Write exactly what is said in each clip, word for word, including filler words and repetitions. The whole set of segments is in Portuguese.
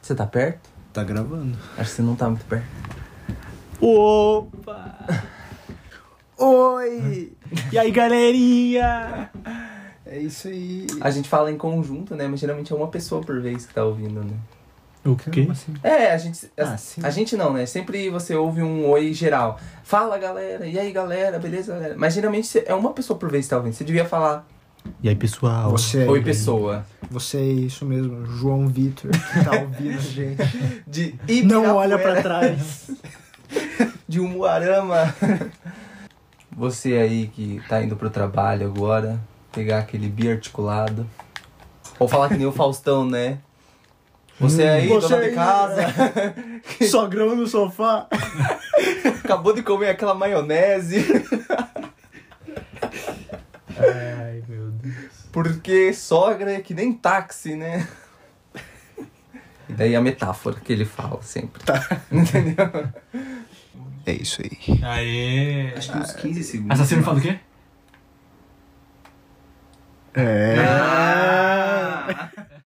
Você tá perto? Tá gravando. Acho que você não tá muito perto. Opa! Oi! E aí, galerinha? É isso aí. A gente fala em conjunto, né? Mas geralmente é uma pessoa por vez que tá ouvindo, né? O quê? Assim? É, a gente... Ah, a, sim. a gente não, né? Sempre você ouve um oi geral. Fala, galera. E aí, galera? Beleza, galera? Mas geralmente é uma pessoa por vez que tá ouvindo. Você devia falar E aí, pessoal? Você, oi, pessoa. Você é isso mesmo, João Vitor, que tá ouvindo a gente. De Não olha pra Ibirapuera. trás. De Umuarama. Você aí que tá indo pro trabalho agora, pegar aquele biarticulado. Ou falar que nem o Faustão, né? Você aí, Você dona de aí, casa, Sogrão no sofá. acabou de comer aquela maionese. Ai, meu Deus. Porque sogra é que nem táxi, né? E daí a metáfora que ele fala sempre. Tá. Entendeu? É isso aí. Aê! Acho que uns quinze segundos. Assassino fala o quê? É. Ah!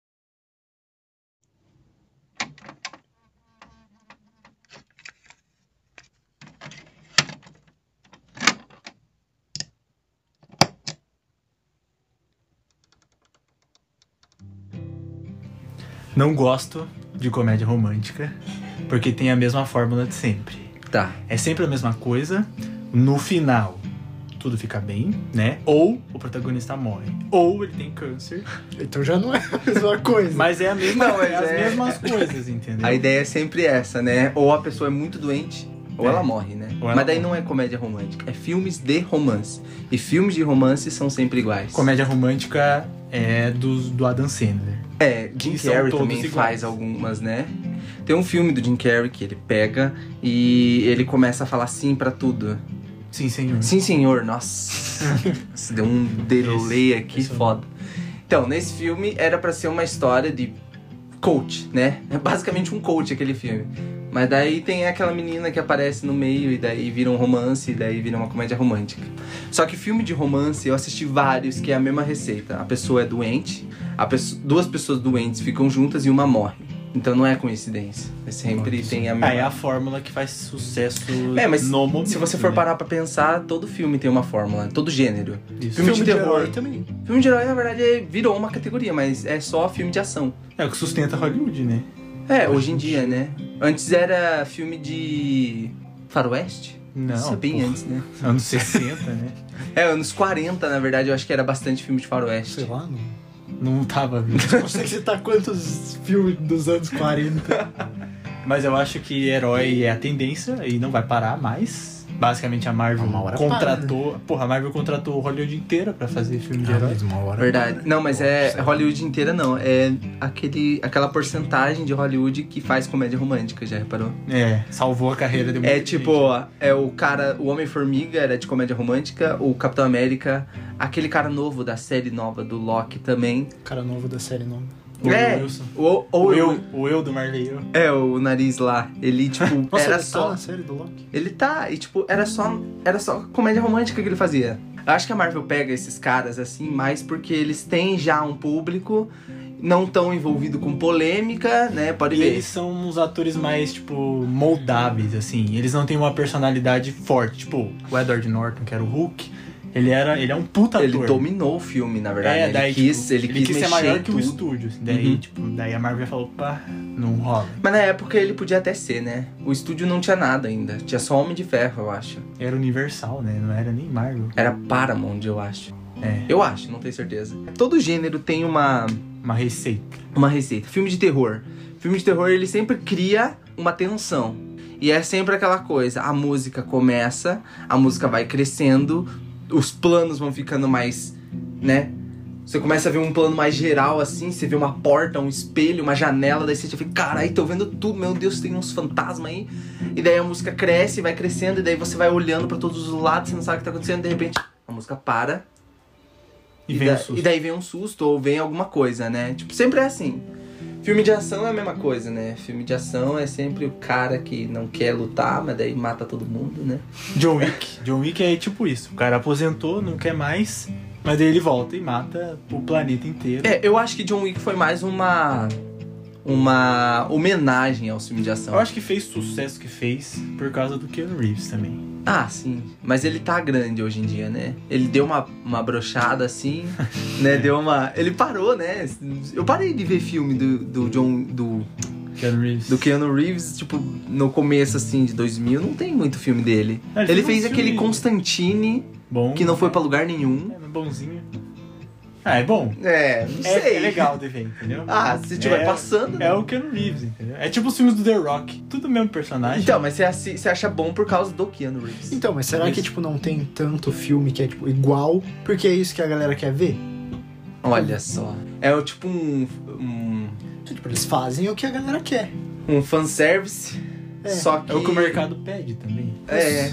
Não gosto de comédia romântica, porque tem a mesma fórmula de sempre. Tá. É sempre a mesma coisa. No final, tudo fica bem, né? Ou o protagonista morre. Ou ele tem câncer. Então já não é a mesma coisa. Mas é, a mesma, Não, mas é as é- mesmas coisas, entendeu? A ideia é sempre essa, né? Ou a pessoa é muito doente, ou É. ela morre, né? Ou ela Mas daí morre. não é comédia romântica, é filmes de romance. E filmes de romance são sempre iguais. Comédia romântica é dos, do Adam Sandler. É, Jim Que são Carrey todos também iguais. faz algumas, né? Tem um filme do Jim Carrey que ele pega e ele começa a falar sim pra tudo. Sim, senhor. Sim, senhor. Nossa. Nossa, deu um delay aqui esse- foda. Então, nesse filme era pra ser uma história de coach, né? É basicamente um coach aquele filme. Mas daí tem aquela menina que aparece no meio e daí vira um romance e daí vira uma comédia romântica. Só que filme de romance eu assisti vários que é a mesma receita. A pessoa é doente, a pessoa, duas pessoas doentes ficam juntas e uma morre. Então não é coincidência. É sempre tem a mesma... Ah, é a fórmula que faz sucesso É, mas no momento. se você for né? parar pra pensar, todo filme tem uma fórmula, todo gênero. Isso. Filme de terror. herói também. Filme de herói, na verdade, virou uma categoria, mas é só filme de ação. É o que sustenta Hollywood, né? É, hoje em dia, né? Antes era filme de faroeste? Não. Isso é bem pô, antes, né? Anos sessenta, né? É, anos quarenta, na verdade, eu acho que era bastante filme de faroeste. Sei lá, não. Não tava vindo. Você consegue citar quantos filmes dos anos quarenta? Mas eu acho que herói é a tendência e não vai parar mais. Basicamente a Marvel Uma hora contratou... Porra, a Marvel contratou Hollywood inteira pra fazer filme de herói. uma hora. Verdade. Não, mas é Hollywood inteira não. É aquele, aquela porcentagem de Hollywood que faz comédia romântica, já reparou? É, salvou a carreira de muita É tipo, gente. ó, é o cara, o Homem-Formiga era de comédia romântica, o Capitão América, aquele cara novo da série nova do Loki também. Cara novo da série nova. O é, Wilson. o, ou O eu, o eu do Marley eu. É, o nariz lá. Ele, tipo, Nossa, era ele só. tá na série do Loki. Ele tá, e tipo, era só. Era só comédia romântica que ele fazia. Eu acho que a Marvel pega esses caras assim, mais porque eles têm já um público, não tão envolvido com polêmica, né? Pode E ver. eles são uns atores mais, tipo, moldáveis, assim. Eles não têm uma personalidade forte. Tipo, o Edward Norton, que era o Hulk, ele, era, ele é um puta ator. Ele dominou o filme, na verdade. É, né? daí, ele quis, tipo, ele quis ser mexer maior em que o tudo. estúdio. assim. Daí, Uhum. tipo, daí a Marvel falou, pá, não rola. Mas na época ele podia até ser, né? O estúdio não tinha nada ainda. Tinha só Homem de Ferro, eu acho. Era Universal, né? Não era nem Marvel. Era Paramount, eu acho. É, Eu acho, não tenho certeza. Todo gênero tem uma, uma receita. uma receita. Filme de terror. Filme de terror, ele sempre cria uma tensão. E é sempre aquela coisa. A música começa, a música vai crescendo, os planos vão ficando mais, né? Você começa a ver um plano mais geral, assim, você vê uma porta, um espelho, uma janela, daí você já fica, carai, tô vendo tudo, meu Deus, tem uns fantasmas aí. E daí a música cresce, vai crescendo, e daí você vai olhando pra todos os lados, você não sabe o que tá acontecendo, de repente a música para. E, E, vem da- o susto. e daí vem um susto ou vem alguma coisa, né? Tipo, sempre é assim. Filme de ação é a mesma coisa, né? Filme de ação é sempre o cara que não quer lutar, mas daí mata todo mundo, né? John Wick. John Wick é tipo isso. O cara aposentou, não quer mais, mas daí ele volta e mata o planeta inteiro. É, eu acho que John Wick foi mais uma uma homenagem ao filme de ação. Eu acho que fez sucesso que fez por causa do Keanu Reeves também. Ah, sim. Mas ele tá grande hoje em dia, né? Ele deu uma, uma brochada assim, né? Deu uma... Ele parou, né? Eu parei de ver filme do, do John... Do... Keanu Reeves. Do Keanu Reeves, tipo, no começo, assim, de dois mil, não tem muito filme dele. Ah, ele ele fez fez um aquele filme Constantine, Bom, que não foi é. pra lugar nenhum. É, bonzinho. Ah, é bom. É, não É, sei. é legal de ver, entendeu? Ah, se estiver é, passando... É o Keanu Reeves, entendeu? É tipo os filmes do The Rock. Tudo o mesmo personagem. Então, mas você, assi- você acha bom por causa do Keanu Reeves. Então, mas será que, Isso. tipo, não tem tanto filme que é, tipo, igual? Porque é isso que a galera quer ver? Olha só. É o tipo um... um, Tipo, eles fazem o que a galera quer. um fanservice, É, só que... É o que o mercado pede também. É,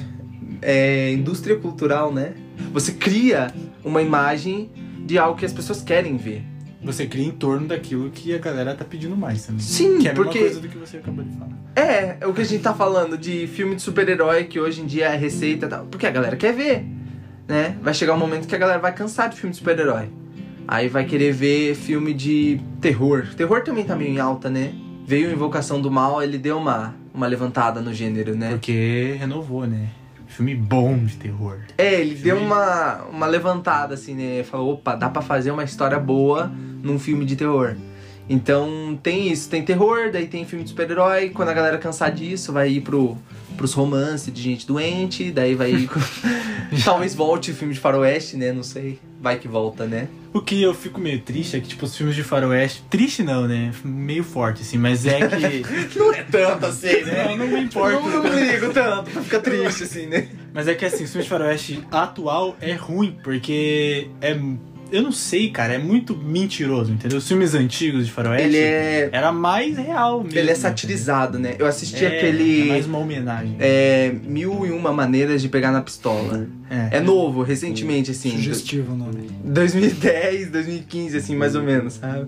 é indústria cultural, né? Você cria uma imagem de algo que as pessoas querem ver. Você cria em torno daquilo que a galera tá pedindo mais também. Sim, que é a mesma porque- coisa do que você acabou de falar. É, é o que a gente tá falando de filme de super-herói, que hoje em dia é receita e tal. Porque a galera quer ver, né? Vai chegar um momento que a galera vai cansar de filme de super-herói. Aí vai querer ver filme de terror. Terror também tá meio em alta, né? Veio Invocação do Mal, ele deu uma, uma levantada no gênero, né? Porque renovou, né? Filme bom de terror. É, ele deu uma, uma levantada, assim, né? Falou, opa, dá pra fazer uma história boa num filme de terror. Então, tem isso. Tem terror, daí tem filme de super-herói. Quando a galera cansar disso, vai ir pro, pros romances de gente doente. Daí vai ir... Talvez volte o filme de faroeste, né? Não sei. Vai que volta, né? O que eu fico meio triste é que, tipo, os filmes de faroeste... Triste não, né? Meio forte, assim. Mas é que... Não é tanto assim, né? Não, não me importa. Não, não ligo tanto pra ficar triste, assim, né? Mas é que, assim, os filmes de faroeste atual é ruim. Porque é... Eu não sei, cara. É muito mentiroso, entendeu? Os filmes antigos de faroeste... Ele é... Era mais real mesmo. Ele é satirizado, né? Eu assisti É, aquele... É mais uma homenagem. É, Mil e Uma Maneiras de Pegar na Pistola. É. É novo, recentemente, assim. Sugestivo o nome. dois mil e dez, dois mil e quinze, assim, mais ou menos, sabe?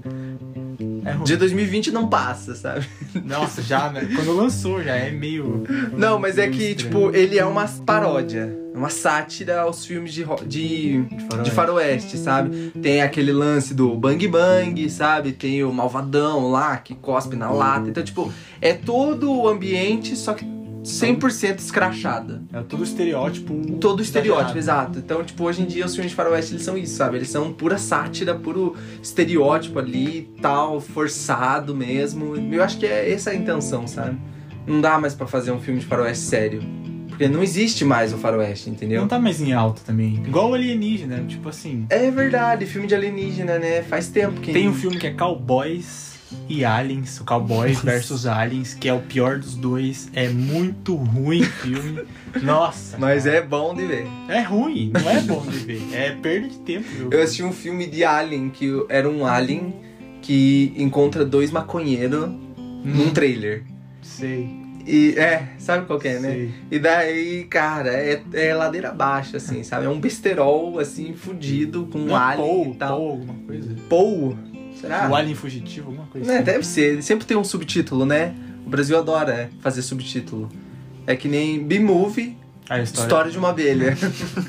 É ruim. De dois mil e vinte não passa, sabe? Nossa, já, né? Quando lançou, já é meio... Não, mas é que, Estranho. tipo, ele é uma paródia. Uma sátira aos filmes de, ro- de, faroeste. de faroeste, sabe? Tem aquele lance do Bang Bang, sabe? Tem o Malvadão lá, que cospe na lata. Então, tipo, é todo o ambiente, só que cem por cento escrachado. É todo estereótipo. Todo estereótipo, exagerado. exato. Então, tipo, hoje em dia os filmes de faroeste, eles são isso, sabe? Eles são pura sátira, puro estereótipo ali, tal, forçado mesmo. Eu acho que é essa a intenção, sabe? Não dá mais pra fazer um filme de faroeste sério. Porque não existe mais o faroeste, entendeu? Não tá mais em alta também. Igual o Alienígena, tipo assim... É verdade, filme de alienígena, né? Faz tempo que... Tem um filme que é Cowboys e Aliens, o Cowboys versus Aliens, que é o pior dos dois. É muito ruim o filme. Nossa. Mas cara. é bom de ver. É ruim, não é bom de ver. É perda de tempo. Viu? Eu assisti um filme de alien, que era um alien que encontra dois maconheiros num trailer. Sei. E é, sabe qual que é, né? Sei. E daí, cara, é, é ladeira abaixo, assim, sabe? É um besterol, assim, fudido, com um Não é alien Paul, e tal. Paul, alguma coisa. Paul? Será? O Alien Fugitivo, alguma coisa É, assim. deve ser. Sempre tem um subtítulo, né? O Brasil adora fazer subtítulo. É que nem B-Movie, Ah, a história. História de uma Abelha.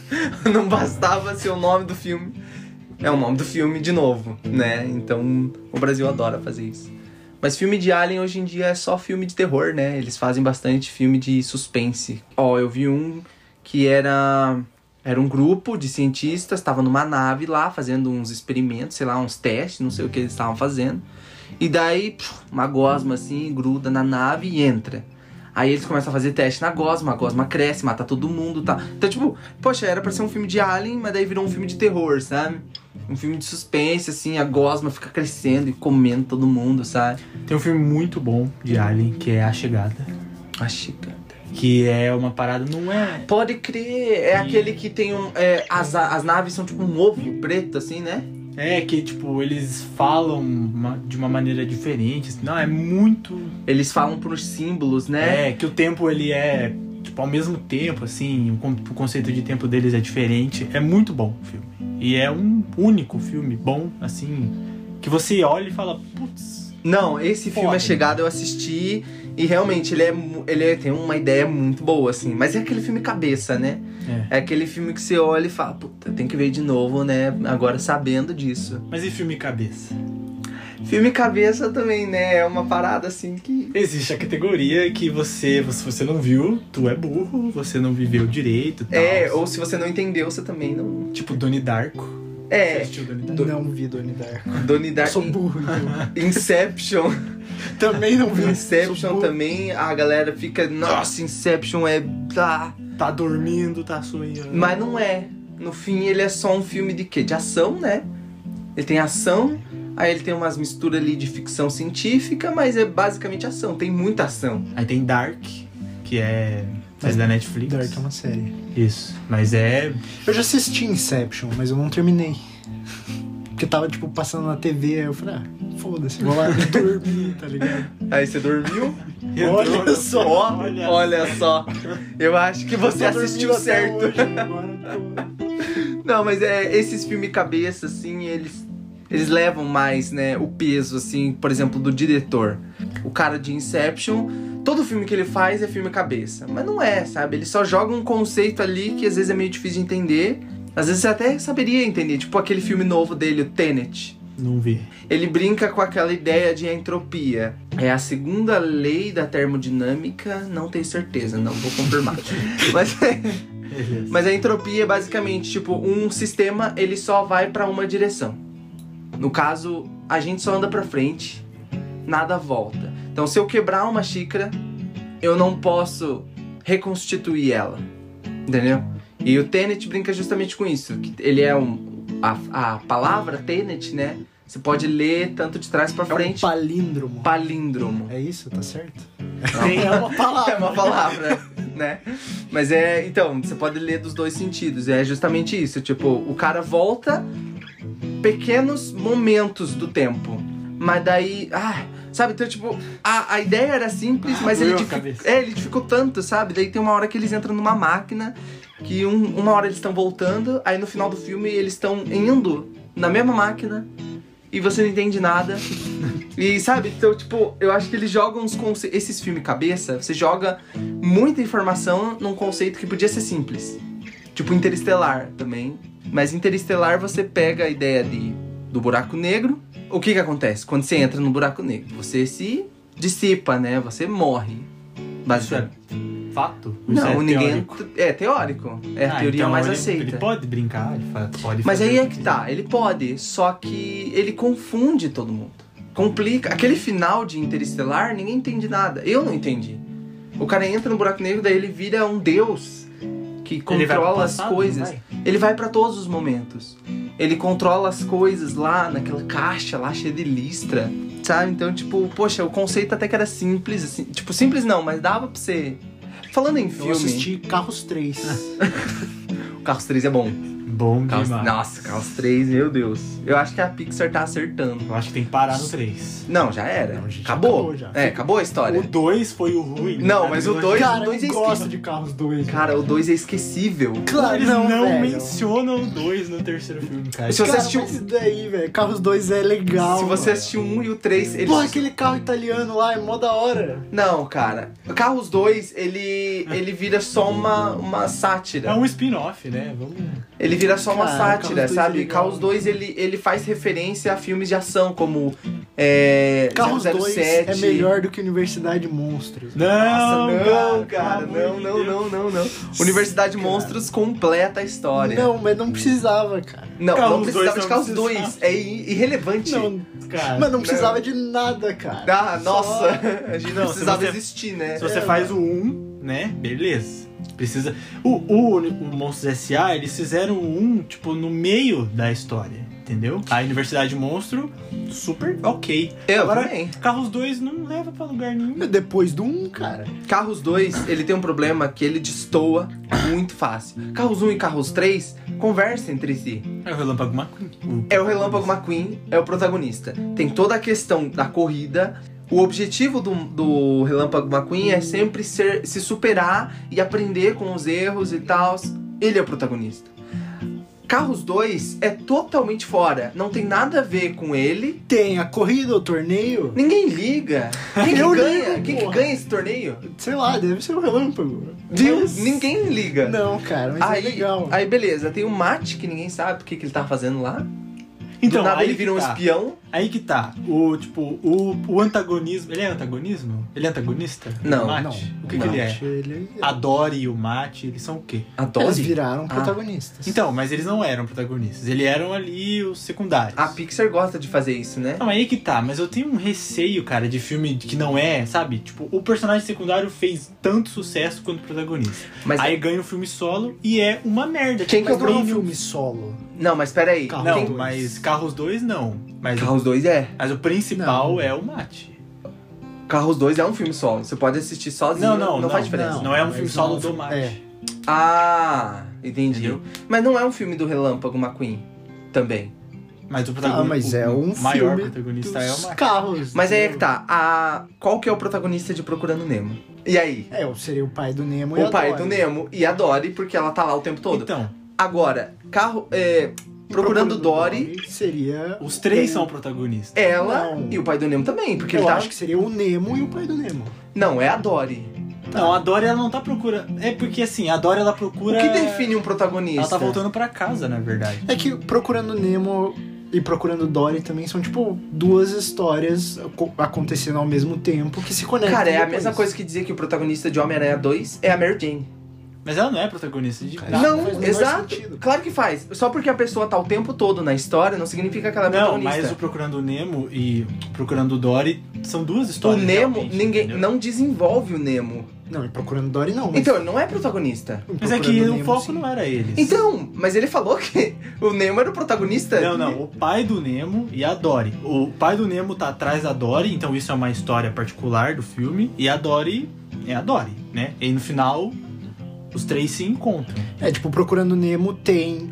Não bastava ser o nome do filme. É o nome do filme de novo, né? Então, o Brasil adora fazer isso. Mas filme de Alien hoje em dia é só filme de terror, né? Eles fazem bastante filme de suspense. Ó, eu vi um que era... Era um grupo de cientistas, estavam numa nave lá, fazendo uns experimentos, sei lá, uns testes, não sei o que eles estavam fazendo. E daí, pff, uma gosma assim, gruda na nave e entra. Aí eles começam a fazer teste na gosma, a gosma cresce, mata todo mundo e tá. Então, tipo, poxa, era pra ser um filme de Alien, mas daí virou um filme de terror, sabe? Um filme de suspense, assim, a gosma fica crescendo e comendo todo mundo, sabe? Tem um filme muito bom de Alien, que é A Chegada. A chicana. Que é uma parada, não é... Pode crer, é E- aquele que tem um... É, as, as naves são tipo um ovo preto, assim, né? É que, tipo, eles falam uma- de uma maneira diferente. assim. Não, é muito... Eles falam por símbolos, né? É, que o tempo, ele é, tipo, ao mesmo tempo, assim. O, con- o conceito de tempo deles é diferente. É muito bom o filme. E é um único filme bom, assim, que você olha e fala, putz... Não, esse filme Foda. A Chegada eu assisti e realmente ele, é, mu- ele é- tem uma ideia muito boa, assim. Mas é aquele filme cabeça, né? É. É aquele filme que você olha e fala, puta, tem que ver de novo, né? Agora sabendo disso. Mas e filme cabeça? Filme cabeça também, né? É uma parada assim que... Existe a categoria que você, se você não viu, tu é burro, você não viveu direito, tal. É, ou se você não entendeu, você também não... Tipo Donnie Darko. Você É, assistiu Donnie Darko? Não vi Donnie Darko. Donnie Eu Darko... sou burro, então. Inception... Também não vi. Sou Inception burro. também, a galera fica... Nossa, Inception é... Ah. Tá dormindo, tá sonhando. Mas não é. No fim, ele é só um filme de quê? De ação, né? Ele tem ação, aí ele tem umas misturas ali de ficção científica, mas é basicamente ação. Tem muita ação. Aí tem Dark, que é... é da Netflix. Dark é uma série. Isso. Mas é... Eu já assisti Inception, mas eu não terminei. Porque tava, tipo, passando na T V, aí eu falei, ah, foda-se, vou lá dormir, tá ligado? Aí você dormiu? Olha só, Ó, olha olha só. Eu acho que você Tô assistiu dormindo até certo. hoje, agora eu tô- Não, mas é, esses filmes cabeça, assim, eles, eles levam mais, né, o peso, assim, por exemplo, do diretor. O cara de Inception, todo filme que ele faz é filme cabeça. Mas não é, sabe? Ele só joga um conceito ali que às vezes é meio difícil de entender. Às vezes você até saberia entender, tipo aquele filme novo dele, o Tenet. Não vi. Ele brinca com aquela ideia de entropia. É a segunda lei da termodinâmica, não tenho certeza, não vou confirmar. Mas... Beleza. Mas a entropia é basicamente, tipo, um sistema, ele só vai pra uma direção. No caso, a gente só anda pra frente, nada volta. Então, se eu quebrar uma xícara, eu não posso reconstituir ela. Entendeu? E o Tenet brinca justamente com isso. Que ele é um... A, a palavra Tenet, né? Você pode ler tanto de trás pra É um frente. palíndromo. Palíndromo. É isso? Tá certo? Tem É uma palavra. É uma palavra, né? Mas é... Então, você pode ler dos dois sentidos. É justamente isso. Tipo, o cara volta pequenos momentos do tempo. Mas daí... Ah, sabe? Então, tipo... A, a ideia era simples, mas ele, doeu a difi- cabeça. é, ele dificou tanto, sabe? Daí tem uma hora que eles entram numa máquina... Que um- uma hora eles estão voltando... Aí no final do filme eles estão indo na mesma máquina... E você não entende nada. E sabe, então, tipo, eu acho que eles jogam uns conceitos. Esses filmes cabeça, você joga muita informação num conceito que podia ser simples. Tipo Interestelar também. Mas Interestelar você pega a ideia de, do buraco negro. O que que acontece? Quando você entra no buraco negro, você se dissipa, né? Você morre. Basicamente. Fato? Isso Não, é ninguém. teórico? É teórico. É a Ah, teoria então mais ele, aceita. Ele pode brincar, ele fa- pode Mas fazer aí o é que quiser. tá, ele pode, só que ele confunde todo mundo. Complica. Aquele final de Interestelar, ninguém entende nada. Eu não entendi. O cara entra no buraco negro, daí ele vira um deus que Ele vai pro controla as passado, coisas. não vai? Ele vai pra todos os momentos. Ele controla as coisas lá naquela caixa lá cheia de listra, sabe? Então, tipo, poxa, o conceito até que era simples, assim. Tipo, simples não, mas dava pra você... Falando em Eu filme... assisti Carros três. O Carros três é bom. Bom Carros... demais. Nossa, Carros três, meu Deus. Eu acho que a Pixar tá acertando. Eu acho que tem que parar no três. Não, já era. Não, gente, acabou. acabou já. É, acabou a história. O dois foi o ruim. Não, né? mas o Da dois- trilogia. Cara, dois é eu gosto esquisito. de Carros dois. Cara, o dois é esquecível. Claro, Eles não, não, velho. mencionam o dois no terceiro filme, cara. Se você Cara, assistiu- mas isso daí, velho. Carros dois é legal. Se você mano. assistiu um e o três, eles... Pô, aquele carro italiano lá é mó da hora. Não, cara. Carros dois, ele, ele vira só uma, uma sátira. É um spin-off, né? Vamos... Ele vira só uma Cara, sátira, Carros dois sabe? é legal. Carros dois, ele, ele faz referência a filmes de ação, como é, Carros zero zero dois sete. é melhor do que Universidade Monstros. Não, Nossa, não, cara. pelo amor Não, de não, Deus. não, não, não. Universidade Cara. Monstros completa a história. Não, mas não precisava, cara. Não, Carros não precisava dois de não Carros dois. precisava. É i- irrelevante. Não, Cara, mas não precisava de nada, cara. Ah, Só- nossa. A gente Não, não se precisava você- existir, né? se você É, faz o um, né? Beleza. Precisa. O, o, o Monstros S A, eles fizeram o um, tipo, no meio da história. Entendeu? A Universidade Monstro, super ok. Eu Agora, também. Carros dois não leva pra lugar nenhum. Depois do um, cara. Carros dois, ele tem um problema que ele destoa muito fácil. Carros um e Carros três conversam entre si. É o Relâmpago McQueen. É o Relâmpago McQueen, é o protagonista. Tem toda a questão da corrida. O objetivo do, do Relâmpago McQueen é sempre ser, se superar e aprender com os erros e tal. Ele é o protagonista. Carros dois é totalmente fora. Não tem nada a ver com ele. Tem a corrida, o torneio. Ninguém liga. Quem que Eu ganha? ligo, Quem que porra. ganha esse torneio? Sei lá, deve ser o relâmpago. Viu? Mas- Ninguém liga. Não, cara, mas aí, é legal. aí beleza, tem o Matt que ninguém sabe o que, que ele tá fazendo lá. Então, Do nada aí ele que vira um tá. espião. Aí que tá. O, tipo, o, o antagonismo... Ele é antagonismo? Ele é antagonista? Não, o Matt? não. O que, que ele é? Ele... A Dory e o Matt, eles são o quê? A Dory? Eles viraram Ah. protagonistas. Então, mas eles não eram protagonistas. Eles eram ali os secundários. A Pixar gosta de fazer isso, né? Não, aí que tá. Mas eu tenho um receio, cara, de filme que não é, sabe? Tipo, o personagem secundário fez tanto sucesso quanto o protagonista. Mas Aí ganha um filme solo e é uma merda. Quem tipo, que Mas é não é um Minions. filme solo. Não, mas peraí. Carros Não, Quem... dois. mas Carros dois não. Mas, Carros dois é. mas o principal Não. é o Matt. Carros dois é um filme solo. Você pode assistir sozinho, Não, não, não, não. faz diferença. Não, é um mas filme não solo é um do filme- Matt. é. Ah, entendi. Entendeu? Mas não é um filme do Relâmpago McQueen também. Mas o Ah, protagonista. mas é um o maior filme protagonista é o dos Matt. carros. Mas aí é que entendeu? tá. A... Qual que é o protagonista de Procurando Nemo? E aí? É, seria o pai do Nemo e O a pai Dory. do Nemo e a Dory, porque ela tá lá o tempo todo. Então, Agora, carro. É... E Procurando Dory, seria os três o- são protagonistas. ela Não. e o pai do Nemo também. Porque Eu ele tá. acho que seria o Nemo e o pai do Nemo. Não, é a Dory. Não, a Dory ela não tá procurando. É porque assim, a Dory ela procura. O que define um protagonista? Ela tá voltando pra casa, na verdade. É que Procurando Nemo e Procurando Dory também são, tipo, duas histórias co- acontecendo ao mesmo tempo que se conectam. Cara, é a depois. mesma coisa que dizer que o protagonista de Homem-Aranha dois é a Mary Jane. Mas ela não é protagonista de Cara, nada. não Não, faz o menor exato. sentido. Claro que faz. Só porque a pessoa tá o tempo todo na história, não significa que ela é Não, protagonista. mas o Procurando o Nemo e Procurando Dory são duas O histórias. Nemo, realmente, ninguém entendeu? não desenvolve o Nemo. Não, e Procurando Dory não. Mas Então, ele não é protagonista. em Mas é que Procurando o Nemo, foco sim. não era eles. Então, mas ele falou que o Nemo era o protagonista. Não, não. O pai do Nemo e a Dory. O pai do Nemo tá atrás da Dory, então isso é uma história particular do filme. E a Dory é a Dory, né? E no final, os três se encontram. É, tipo, Procurando Nemo tem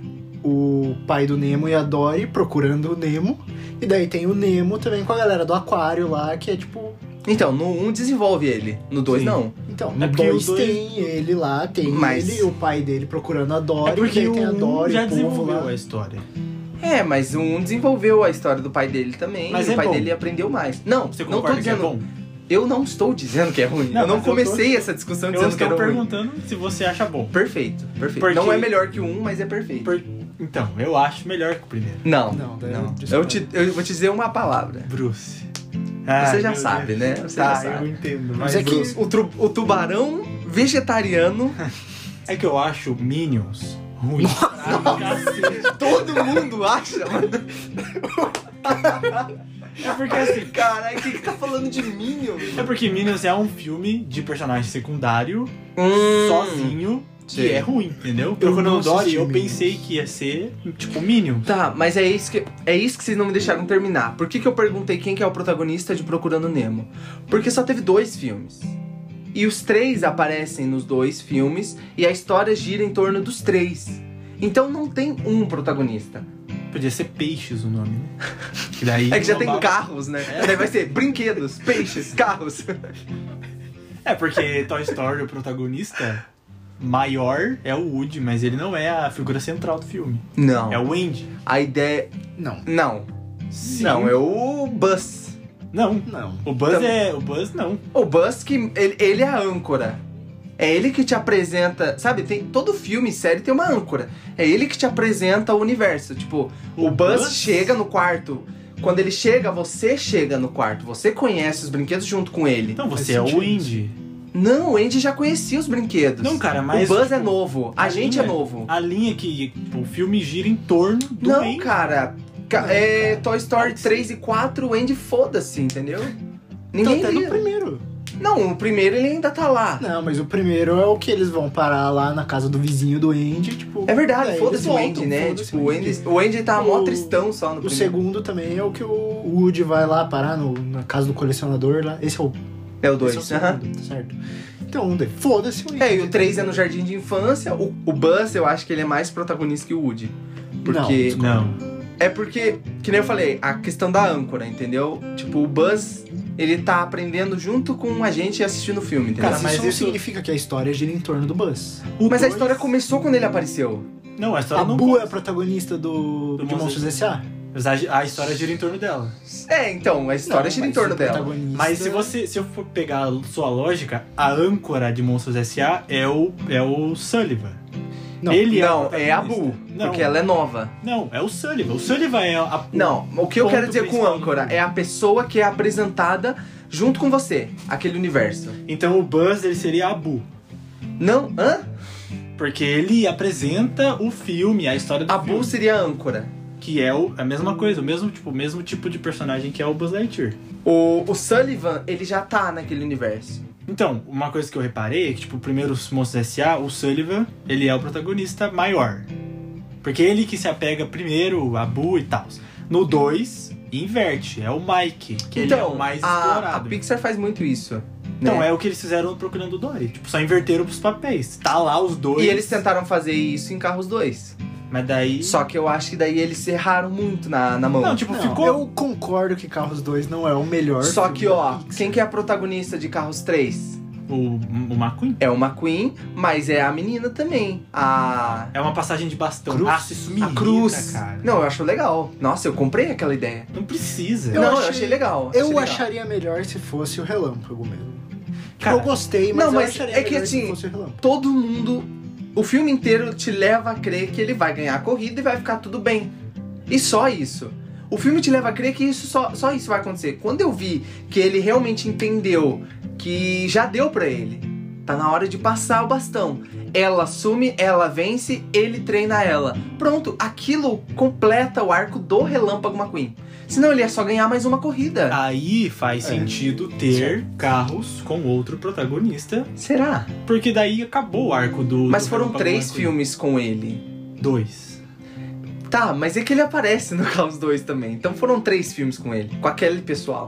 o pai do Nemo e a Dory procurando o Nemo. E daí tem o Nemo também com a galera do aquário lá, que é tipo... Então, no um desenvolve ele, no dois Sim. não. Então, É no porque dois o dois- tem ele lá, tem Mas- ele e o pai dele procurando a Dory. É porque daí o tem a Dory, já o povo desenvolveu lá. a história. É, mas o um desenvolveu a história do pai dele também. Mas e é o pai bom. dele aprendeu mais. Não, Você não tô concorda que é dizendo. bom? Eu não estou dizendo que é ruim. Não, eu não mas eu comecei tô- essa discussão Eu dizendo que estou era ruim. perguntando se você acha bom. Perfeito, perfeito. Porque- Não é melhor que o um, mas é perfeito. Por- Então, eu acho melhor que o primeiro. Não, Não, não. daí eu Eu, discordo. te, eu vou te dizer uma palavra. Bruce. Você já meu sabe, Deus. né? Você tá, já sabe. eu entendo. Mas, Mas é que- Bruce, O, tru- o tubarão vegetariano. é que eu acho Minions ruim. Ah, cacete. Todo mundo acha, mano. É porque assim, Caralho, quem que tá falando de Minions? é porque Minions é um filme de personagem secundário, Hum, sozinho, que sei. é ruim, entendeu? Eu Procurando não Dory, assisti eu Minions. pensei que ia ser, tipo, Minions. Tá, mas é isso, que, é isso que vocês não me deixaram terminar. Por que, que eu perguntei quem que é o protagonista de Procurando Nemo? Porque só teve dois filmes. E os três aparecem nos dois filmes e a história gira em torno dos três. Então não tem um protagonista. Podia ser Peixes o nome, né? Que daí É que já tem englobava- carros, né? É. Daí vai ser brinquedos, peixes, carros. É, porque Toy Story, o protagonista maior é o Woody, mas ele não é a figura central do filme. Não. É o Andy. A ideia. Não, Não. Sim. Não, é o Buzz. Não. não. O Buzz Tam- é... O Buzz não. O Buzz que. Ele, ele é a âncora. É ele que te apresenta. Sabe, tem todo filme, série tem uma âncora. É ele que te apresenta o universo. Tipo, o, O Buzz, Buzz? chega no quarto. Quando ele chega, você chega no quarto. Você conhece os brinquedos junto com ele. Então Faz você é o sentido. Andy. Não, o Andy já conhecia os brinquedos. Não, cara, mas... o Buzz tipo, é novo. A, gente linha- é novo. A linha que tipo, o filme gira em torno do Não, Andy. cara. Ca- Não, é cara. Toy Story três e quatro, o Andy foda-se, entendeu? Então Ninguém até no liga. primeiro. Não, o primeiro ele ainda tá lá. Não, mas o primeiro é o que eles vão parar lá na casa do vizinho do Andy, tipo... É verdade, daí foda-se eles o voltam, Andy, né? foda-se Tipo, o Andy, o Andy tá mó O- tristão só no O primeiro. segundo também é o que o Woody vai lá parar no, na casa do colecionador lá. Esse é o É o esse dois, é o aham. segundo, tá certo? Então, daí, foda-se o Andy. É, e o três é no Jardim de Infância. O, o Buzz, eu acho que ele é mais protagonista que o Woody. Porque... Não. É porque, que nem eu falei, a questão da âncora, entendeu? Tipo, o Buzz, ele tá aprendendo junto com a gente assistindo o filme, entendeu? Cara, Cara, mas mas isso não isso- significa que a história gira em torno do Buzz. O Mas a dois- história começou quando ele apareceu. Não, a história A não... Bu é a protagonista do, Do de Monstros S A Mas a, a história gira em torno dela. É, então, a história Não, gira em mas torno o dela. protagonista- Mas se você se eu for pegar a sua lógica, a âncora de Monstros S A é o, é o Sullivan. Não, Ele não, é, é a Boo, Não. porque ela é nova. Não, é o Sullivan. O Sullivan é a... Não, o que eu ponto quero dizer com principal do âncora filme. é a pessoa que é apresentada junto com você, aquele universo. Então o Buzz, ele seria a Boo. Não, hã? Porque ele apresenta o filme, a história do A filme. Boo seria a âncora. Que é o, a mesma coisa, o mesmo tipo, o mesmo tipo de personagem que é o Buzz Lightyear. O, o Sullivan, ele já tá naquele universo. Então, uma coisa que eu reparei é que, tipo, o primeiro Monstros S A, o Sullivan, ele é o protagonista maior. Porque ele que se apega primeiro a Boo e tal. No dois, inverte, é o Mike, que ele é o mais a, explorado. a Pixar faz muito isso. Então, né? é o que eles fizeram no Procurando Dory. Tipo, só inverteram os papéis. Tá lá os dois. E eles tentaram fazer isso em Carros dois. Mas daí... Só que eu acho que daí eles erraram muito na, na mão. Não, tipo, Não, ficou... eu concordo que Carros dois não é o melhor Só filme que, da ó, Pixar. quem que é a protagonista de Carros três? O, o McQueen. É uma Queen, mas é a menina também. A... É uma passagem de bastão. Cruz? Ah, isso me a irrita, Cruz. cara. Não, eu acho legal. Nossa, eu comprei aquela ideia. Não precisa. Eu não, eu achei- achei legal. Eu achei legal. acharia melhor se fosse o Relâmpago mesmo. Cara, eu gostei, mas não, eu mas acharia é que melhor assim, se fosse o Relâmpago. Todo mundo... O filme inteiro te leva a crer que ele vai ganhar a corrida e vai ficar tudo bem. E só isso. O filme te leva a crer que isso só, só isso vai acontecer. Quando eu vi que ele realmente entendeu que já deu pra ele, tá na hora de passar o bastão. Ela assume, ela vence, ele treina ela. Pronto, aquilo completa o arco do Relâmpago McQueen. Senão ele ia só ganhar mais uma corrida. Aí faz É. sentido ter carros com outro protagonista, Será? porque daí acabou o arco do... Mas do foram Relâmpago três McQueen. filmes com ele. Dois. Tá, mas é que ele aparece no Carros dois também. Então foram três filmes com ele, com aquele pessoal.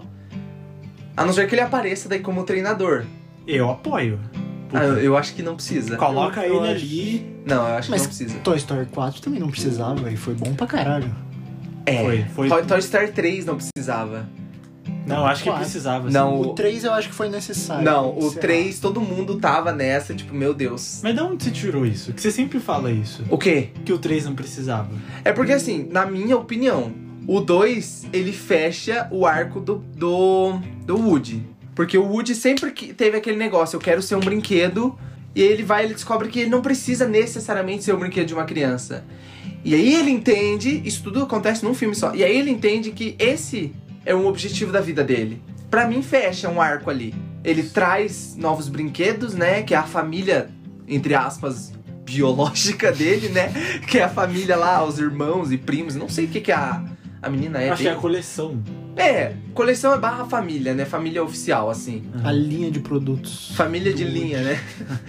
A não ser que ele apareça daí como treinador. Eu apoio. Ah, eu, eu acho que não precisa. Coloca Eu- eu ele acho- ali. Não, eu acho Mas que não precisa. Toy Story quatro também não precisava e foi bom pra caralho. É, Foi, foi. Toy, Toy Story três não precisava. Não, acho que Quatro. precisava. Não, assim. O- O três eu acho que foi necessário. Não, o sei três todo mundo tava nessa, tipo, meu Deus. Mas de onde você tirou isso? Que você sempre fala isso. O quê? Que o três não precisava. É porque assim, na minha opinião, o dois ele fecha o arco do, do, do Woody. Porque o Woody sempre que teve aquele negócio, eu quero ser um brinquedo, e aí ele vai e ele descobre que ele não precisa necessariamente ser um brinquedo de uma criança. E aí ele entende, isso tudo acontece num filme só, e aí ele entende que esse é um objetivo da vida dele. Pra mim fecha um arco ali. Ele traz novos brinquedos, né, que é a família, entre aspas, biológica dele, né, que é a família lá, os irmãos e primos, não sei o que que a, a menina é acho que é a dele. coleção. É, coleção é barra família, né, família oficial, assim. A linha de produtos. Família de linha, né?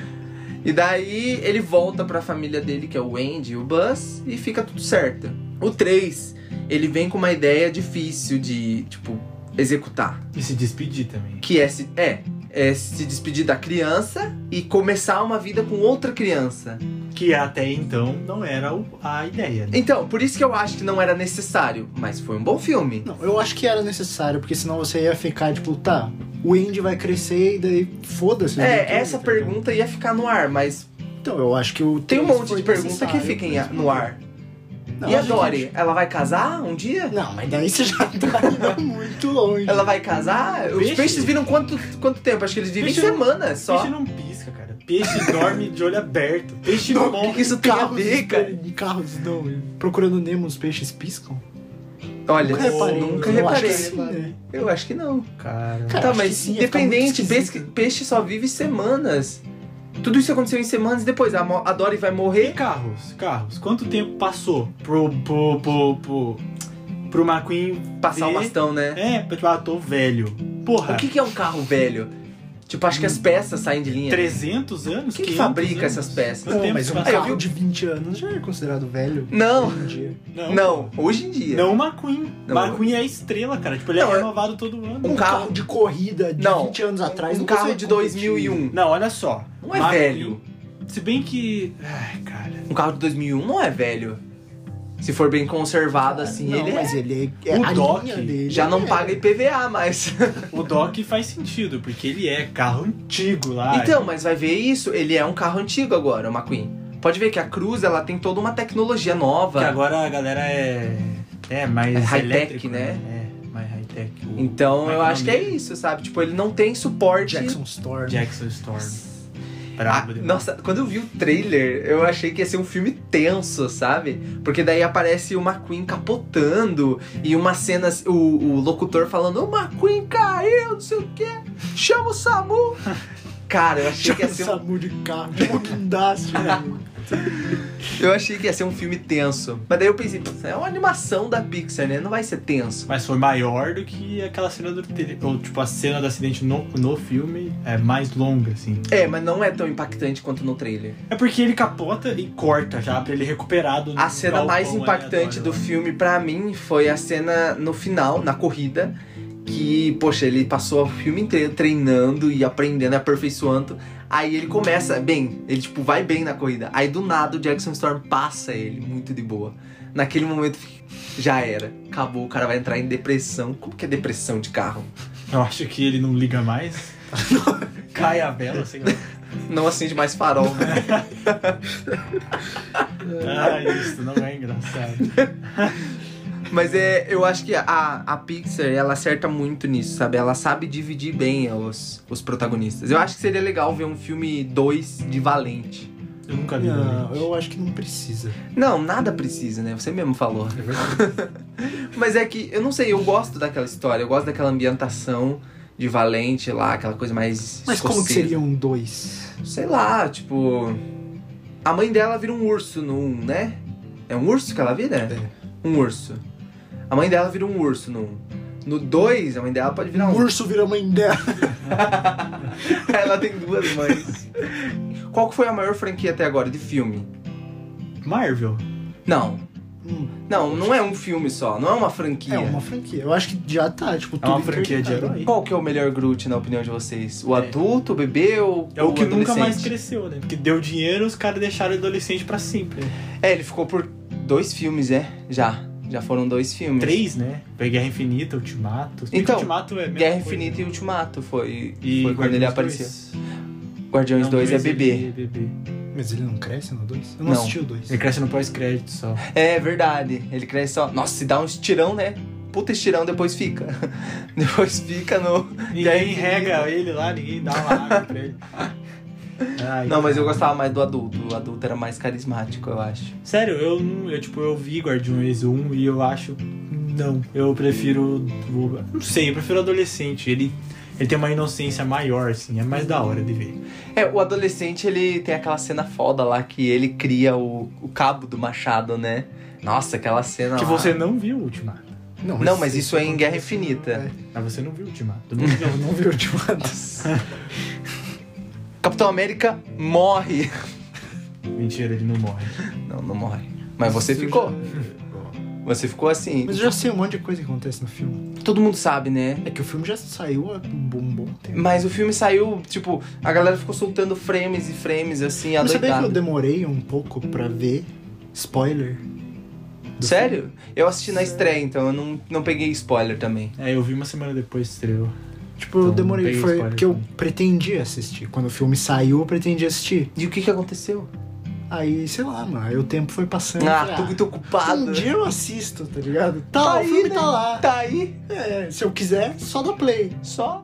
E daí ele volta pra família dele, que é o Andy e o Buzz, e fica tudo certo. O três, ele vem com uma ideia difícil de, tipo, executar. E se despedir também. Que é se, é, é se despedir da criança e começar uma vida com outra criança. Que até então não era o- a ideia, né? Então, por isso que eu acho que não era necessário, mas foi um bom filme. Não, eu acho que era necessário, porque senão você ia ficar, tipo, tá, o Andy vai crescer e daí foda-se. É, tudo, essa entendeu? pergunta ia ficar no ar, mas Então, eu acho que o tem um três monte foi de pergunta que necessário fica em- pra no ar. Não, E a gente- Dory, ela vai casar um dia? Não, mas daí você já tá indo muito longe. Ela vai casar? Os Peixe? peixes viram quanto, quanto tempo? Acho que eles vivem Peixe não- semanas só. Peixe não pisca, cara. Peixe dorme de olho aberto. Peixe Não, morre. o que isso tem a Carros, ver, cara? em carros, não. Procurando Nemo, os peixes piscam? Olha, Nunca reparei. nunca Eu acho reparei. que sim, né? Eu acho que não. Cara. Cara, Tá, acho mas que sim, ia ficar independente, muito peixe, esquisito. peixe só vive semanas. Tudo isso aconteceu em semanas e depois a, Mo- a Dory vai E morrer. carros? Carros. Quanto tempo passou pro. pro. pro. pro, pro McQueen Passar o ver- bastão, né? É, tipo, ah, tô velho. Porra. O que, que é um carro velho? Tipo, acho que as peças saem de linha. trezentos anos? Quem que quinhentos fabrica anos? essas peças? Quanto Não, tempo mas um passa? eu carro vi- de vinte anos já é considerado velho. Não. Hoje em dia. Não. Não, hoje em dia. Não o McQueen. Não. McQueen é a estrela, cara. Tipo, ele Não, é é- renovado todo ano. Um Um carro- carro de corrida de Não, vinte anos atrás. um não carro consegue de competir. dois mil e um. Não, olha só. Não é McQueen- velho. Se bem que. Ai, cara. Um carro de dois mil e um não é velho. Se for bem conservado assim, não, ele mas é. ele é. O a Doc linha dele Já não é- paga I P V A mais. O Doc faz sentido, porque ele é carro antigo lá. Então, mas vai ver isso, ele é um carro antigo agora, o McQueen. Pode ver que a Cruz, ela tem toda uma tecnologia nova. Que agora a galera é. É mais. É high-tech, elétrico, né? É, mais high-tech. O- Então, como eu que é o acho que nome é dele? isso, sabe? Tipo, ele não tem suporte. Jackson Storm. Jackson Storm. brabo Ah, demais. nossa, quando eu vi o trailer, eu achei que ia ser um filme tenso, sabe? Porque daí aparece o McQueen capotando e umas cenas, o, o locutor falando, o McQueen caiu, não sei o quê, chama o SAMU. Cara, eu achei que ia ser um... SAMU de carro, tipo guindaste, velho. Eu achei que ia ser um filme tenso. Mas daí eu pensei, é uma animação da Pixar, né? Não vai ser tenso. Mas foi maior do que aquela cena do... Ou, tipo, a cena do acidente no, no filme é mais longa, assim. É, mas não é tão impactante quanto no trailer. É porque ele capota e corta já, pra ele recuperar do A cena mais impactante do filme, pra mim, foi a cena no final, na corrida, que, poxa, ele passou o filme inteiro treinando e aprendendo, aperfeiçoando. Aí ele começa bem, ele tipo vai bem na corrida. Aí do nada o Jackson Storm passa ele, muito de boa. Naquele momento já era, acabou, o cara vai entrar em depressão. Como que é depressão de carro? Eu acho que ele não liga mais. Cai a vela, sei lá. Não acende mais farol, né? Ah, isso não é engraçado. Mas é, eu acho que a, a Pixar, ela acerta muito nisso, sabe? Ela sabe dividir bem os, os protagonistas. Eu acho que seria legal ver um filme dois de Valente. Eu nunca vi. Não, eu acho que não precisa. Não, nada precisa, né? Você mesmo falou. É verdade. Mas é que, eu não sei, eu gosto daquela história, eu gosto daquela ambientação de Valente lá, aquela coisa mais Mas como que escocesa. seria um dois? Sei lá, tipo... A mãe dela vira um urso no um, né? É um urso que ela vira? É. Um urso. A mãe dela vira um urso no um. No dois, a mãe dela pode virar um... Um urso vira a mãe dela. Ela tem duas mães. Qual que foi a maior franquia até agora de filme? Marvel. Não. Hum, Não, não é um filme só, não é uma franquia. é uma franquia. Eu acho que já tá, tipo, É tudo uma franquia de interligado. herói. Qual que é o melhor Groot, na opinião de vocês? O É. adulto, o bebê ou É o que nunca adolescente? mais cresceu, né? Porque deu dinheiro, os caras deixaram o adolescente pra sempre. É, ele ficou por dois filmes, é? Já. Já foram dois filmes. Três, né? Foi Guerra Infinita, Ultimato. Se bem que Então, Ultimato é a mesma Guerra coisa. Infinita e Ultimato foi, E foi quando ele Guardiões apareceu. dois. Guardiões Não, dois é ele bebê. é bebê. Mas ele não cresce no dois? Eu não, Não. assisti o dois. Ele cresce no pós-crédito só. É verdade. Ele cresce só. Nossa, se dá um estirão, né? Puta estirão, depois fica. Depois fica no. Ninguém Guerra Infinita. rega ele lá, ninguém dá uma água pra ele. Ai, Não, mas eu cara. gostava mais do adulto. O adulto era mais carismático, eu acho. Sério, eu não. Eu, tipo, eu vi Guardiões um e eu acho. Não, eu prefiro. o- Não sei, eu prefiro o adolescente. Ele, ele tem uma inocência maior, assim, é mais da hora de ver. É, o adolescente, ele tem aquela cena foda lá que ele cria o, o cabo do machado, né? Nossa, aquela cena Que lá. você não viu o Ultimato. Não, mas isso é em Guerra Infinita. Mas você não viu o Ultimato. Não viu. Eu não vi o Ultimato. Capitão América morre. Mentira, ele não morre. Não, não morre. Mas você ficou. Você ficou assim. Mas eu já sei um monte de coisa que acontece no filme. Todo mundo sabe, né? É que o filme já saiu há um bom, bom tempo. Mas o filme saiu, tipo, a galera ficou soltando frames e frames, assim, Mas sabia que eu adoidado. demorei um pouco pra ver spoiler? do Sério? Eu assisti na Sério. estreia, então eu não, não peguei spoiler também. É, eu vi uma semana depois que estreou. Tipo, eu Então, demorei, peguei foi spoiler porque eu também. pretendia assistir. Quando o filme saiu, eu pretendia assistir. E o que que aconteceu? Aí, sei lá, mano, aí o tempo foi passando. Ah, eu falei, tô muito ocupado. Um dia eu assisto, tá ligado? Tá, Tá o aí, filme né? tá lá. Tá aí, É, se eu quiser, só dá play. só.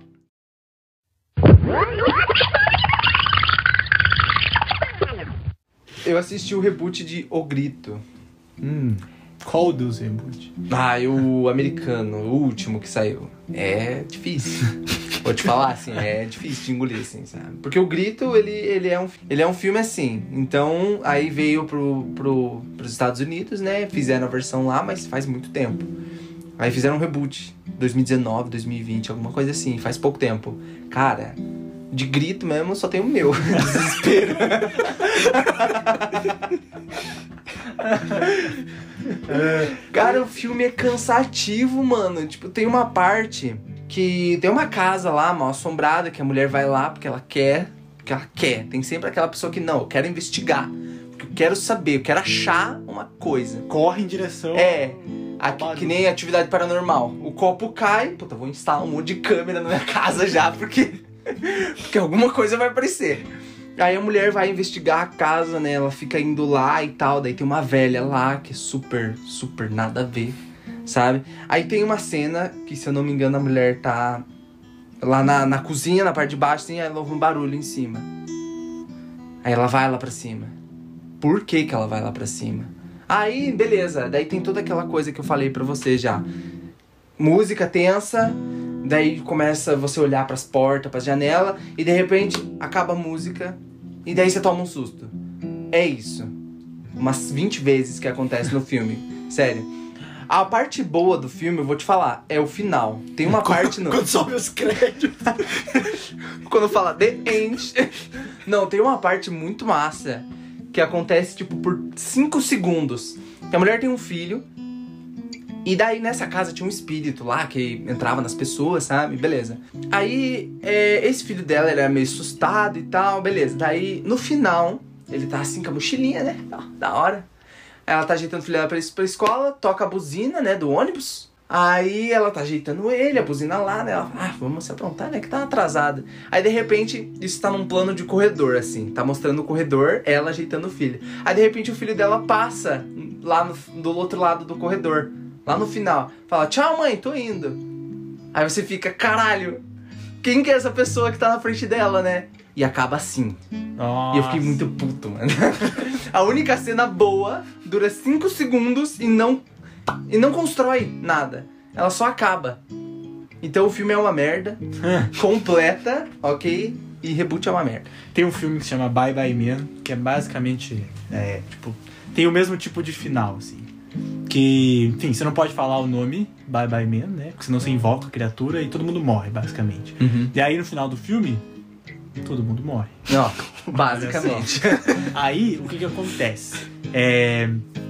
Eu assisti o reboot de O Grito. Hum. Qual dos reboot? Ah, e o americano, o último que saiu. É difícil. Vou te falar, assim, é difícil de engolir, assim, sabe? Porque o Grito, ele, ele, é, um, ele é um filme assim. Então, aí veio pro, pro, pros Estados Unidos, né? Fizeram a versão lá, mas faz muito tempo. Aí fizeram um reboot. dois mil e dezenove, dois mil e vinte, alguma coisa assim. Faz pouco tempo. Cara, de Grito mesmo, só tem o meu. Desespero. Cara, o filme é cansativo, mano. Tipo, tem uma parte que tem uma casa lá, mal assombrada, que a mulher vai lá porque ela quer, porque ela quer. Tem sempre aquela pessoa que, não, eu quero investigar, porque eu quero saber, eu quero achar uma coisa. Corre em direção. É, aqui, que nem atividade paranormal. O copo cai, puta, vou instalar um monte de câmera na minha casa já, porque, porque alguma coisa vai aparecer. Aí a mulher vai investigar a casa, né? Ela fica indo lá e tal. Daí tem uma velha lá que é super, super nada a ver, sabe? Aí tem uma cena que, se eu não me engano, a mulher tá lá na, na cozinha, na parte de baixo, assim, ela ouve um barulho em cima. Aí ela vai lá pra cima. Por que que ela vai lá pra cima? Aí, beleza. Daí tem toda aquela coisa que eu falei pra você já. Música tensa. Daí começa você olhar pras portas, pras janelas. E de repente, acaba a música. E daí você toma um susto. É isso. Umas vinte vezes que acontece no filme. Sério. A parte boa do filme, eu vou te falar, é o final. Tem uma parte no... Quando sobe os créditos. Quando fala The End. Não, tem uma parte muito massa que acontece, tipo, por cinco segundos. Que a mulher tem um filho. E daí, nessa casa, tinha um espírito lá que entrava nas pessoas, sabe? Beleza. Aí, é, esse filho dela era meio assustado e tal, beleza. Daí, no final, ele tá assim com a mochilinha, né? Ó, da hora. Ela tá ajeitando o filho dela pra, pra escola, toca a buzina, né, do ônibus. Aí ela tá ajeitando ele, a buzina lá, né? Ela fala, ah, vamos se aprontar, né, que tá atrasada. Aí, de repente, isso tá num plano de corredor, assim. Tá mostrando o corredor, ela ajeitando o filho. Aí, de repente, o filho dela passa lá no, do outro lado do corredor. Lá no final. Fala, tchau, mãe, tô indo. Aí você fica, caralho, quem que é essa pessoa que tá na frente dela, né? E acaba assim. Nossa. E eu fiquei muito puto, mano. A única cena boa dura cinco segundos e não, e não constrói nada. Ela só acaba. Então o filme é uma merda. Completa, ok? E reboot é uma merda. Tem um filme que se chama Bye Bye Man, que é basicamente, é, tipo, tem o mesmo tipo de final, assim. Que, enfim, você não pode falar o nome Bye Bye Man, né? Porque senão você invoca a criatura e todo mundo morre, basicamente. Uhum. E aí no final do filme, todo mundo morre. Não, basicamente. Aí, o que que acontece? É...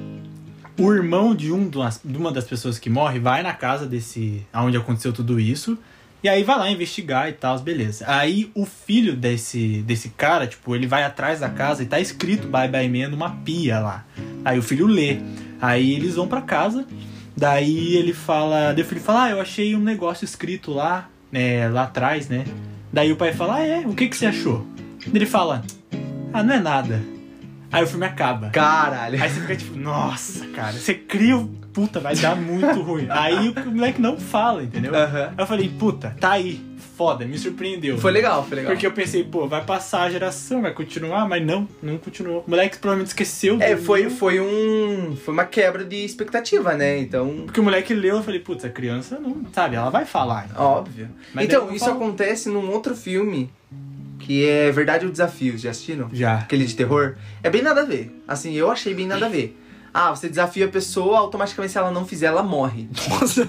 O irmão de, um, de uma das pessoas que morre vai na casa desse... onde aconteceu tudo isso. E aí vai lá investigar e tal, beleza. Aí o filho desse, desse cara, tipo, ele vai atrás da casa e tá escrito Bye Bye Man numa pia lá. Aí o filho lê. Aí eles vão pra casa. Daí ele fala... Daí o filho fala, ah, eu achei um negócio escrito lá, né, lá atrás, né? Daí o pai fala, ah, é? O que que você achou? Ele fala, ah, não é nada. Aí o filme acaba. Caralho. Aí você fica tipo, nossa, cara, você cria o... Puta, vai dar muito ruim. Aí o moleque não fala, entendeu? Uhum. Aí eu falei, puta, tá aí. Foda, me surpreendeu. Foi legal, foi legal. Porque eu pensei, pô, vai passar a geração, vai continuar, mas não, não continuou. O moleque provavelmente esqueceu. É, do... foi, foi um... Foi uma quebra de expectativa, né? Então... Porque o moleque leu, eu falei, putz, a criança não... Sabe, ela vai falar. Então. Óbvio. Mas então, não isso falou. acontece num outro filme... Que é Verdade ou Desafio, já assistiram? Já. Aquele de terror. É bem nada a ver. Assim, eu achei bem nada a ver. Ah, você desafia a pessoa, automaticamente se ela não fizer, ela morre. Nossa.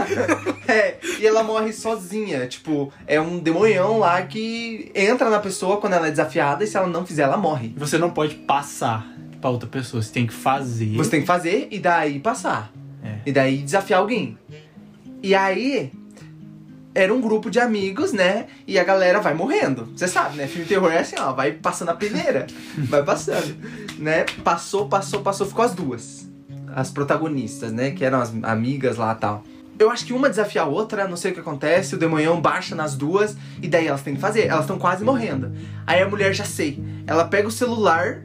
É, e ela morre sozinha. Tipo, é um demonhão lá que entra na pessoa quando ela é desafiada e se ela não fizer, ela morre. Você não pode passar pra outra pessoa, você tem que fazer. Você tem que fazer e daí passar. É. E daí desafiar alguém. E aí... Era um grupo de amigos, né? E a galera vai morrendo. Você sabe, né? Filme de terror é assim, ó. Vai passando a peneira. Vai passando. Né? Passou, passou, passou. Ficou as duas. As protagonistas, né? Que eram as amigas lá e tal. Eu acho que uma desafia a outra, não sei o que acontece. O demonhão baixa nas duas. E daí elas têm que fazer. Elas estão quase morrendo. Aí a mulher, já sei. Ela pega o celular...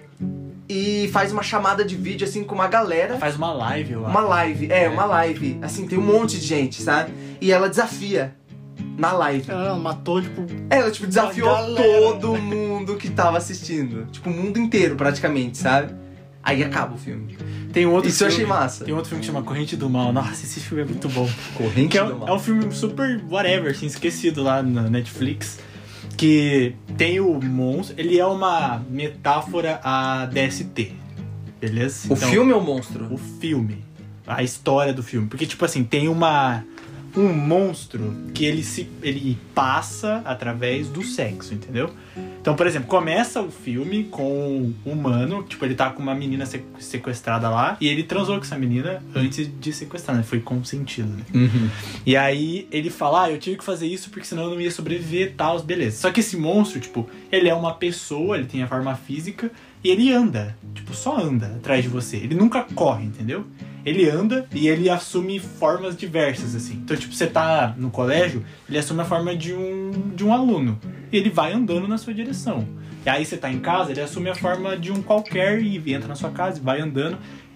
E faz uma chamada de vídeo, assim, com uma galera. Faz uma live, eu acho. Uma live, é, uma live. Assim, tem um monte de gente, sabe? E ela desafia na live. Ela matou, tipo... Ela, tipo, desafiou Uma galera. todo mundo que tava assistindo. Tipo, o mundo inteiro, praticamente, sabe? Aí acaba o filme. Tem um outro Isso eu filme, achei massa. Tem outro filme que chama Corrente do Mal. Nossa, esse filme é muito bom. Corrente Que é, do um- Mal. é um filme super whatever, assim, esquecido lá na Netflix. Que tem o monstro. Ele é uma metáfora a D S T. Beleza? O Então, filme ou o monstro? O filme. A história do filme. Porque, tipo assim, tem uma... Um monstro que ele se ele passa através do sexo, entendeu? Então, por exemplo, começa o filme com um humano, tipo, ele tá com uma menina se- sequestrada lá, e ele transou com essa menina antes de sequestrar, né? Foi consentido, né? Uhum. E aí ele fala, ah, eu tive que fazer isso porque senão eu não ia sobreviver e tal, beleza. Só que esse monstro, tipo, ele é uma pessoa, ele tem a forma física, e ele anda, tipo, só anda atrás de você. Ele nunca corre, entendeu? Ele anda e ele assume formas diversas, assim. Então, tipo, você tá no colégio, ele assume a forma de um, de um aluno. E ele vai andando na sua direção. E aí você tá em casa, ele assume a forma de um qualquer e entra na sua casa e vai andando.